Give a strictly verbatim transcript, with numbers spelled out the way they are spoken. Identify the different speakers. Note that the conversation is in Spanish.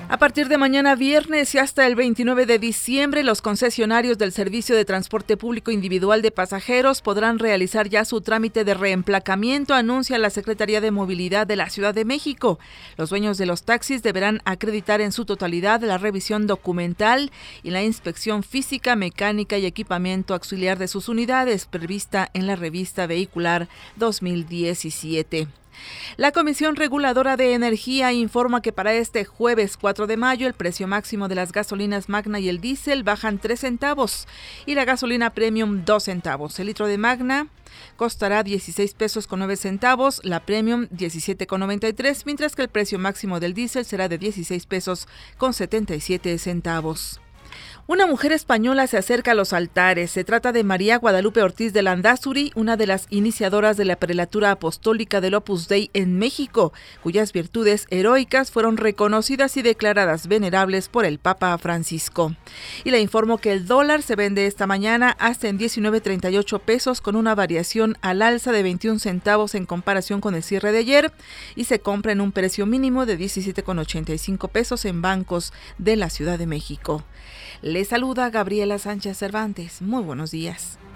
Speaker 1: A partir de mañana viernes y hasta el veintinueve de diciembre, los concesionarios del Servicio de Transporte Público Individual de Pasajeros podrán realizar ya su trámite de reemplacamiento, anuncia la Secretaría de Movilidad de la Ciudad de México. Los dueños de los taxis deberán acreditar en su totalidad la revisión documental y la inspección física, mecánica y equipamiento auxiliar de sus unidades, prevista en la revista vehicular dos mil diecisiete. La Comisión Reguladora de Energía informa que para este jueves cuatro de mayo el precio máximo de las gasolinas Magna y el diésel bajan tres centavos y la gasolina Premium dos centavos. El litro de Magna costará dieciséis pesos con nueve centavos, la Premium diecisiete con noventa y tres, mientras que el precio máximo del diésel será de dieciséis pesos con setenta y siete centavos. Una mujer española se acerca a los altares. Se trata de María Guadalupe Ortiz de Landázuri, una de las iniciadoras de la prelatura apostólica del Opus Dei en México, cuyas virtudes heroicas fueron reconocidas y declaradas venerables por el Papa Francisco. Y le informo que el dólar se vende esta mañana hasta en diecinueve treinta y ocho pesos, con una variación al alza de veintiún centavos en comparación con el cierre de ayer, y se compra en un precio mínimo de diecisiete con ochenta y cinco pesos en bancos de la Ciudad de México. Le saluda Gabriela Sánchez Cervantes. Muy buenos días.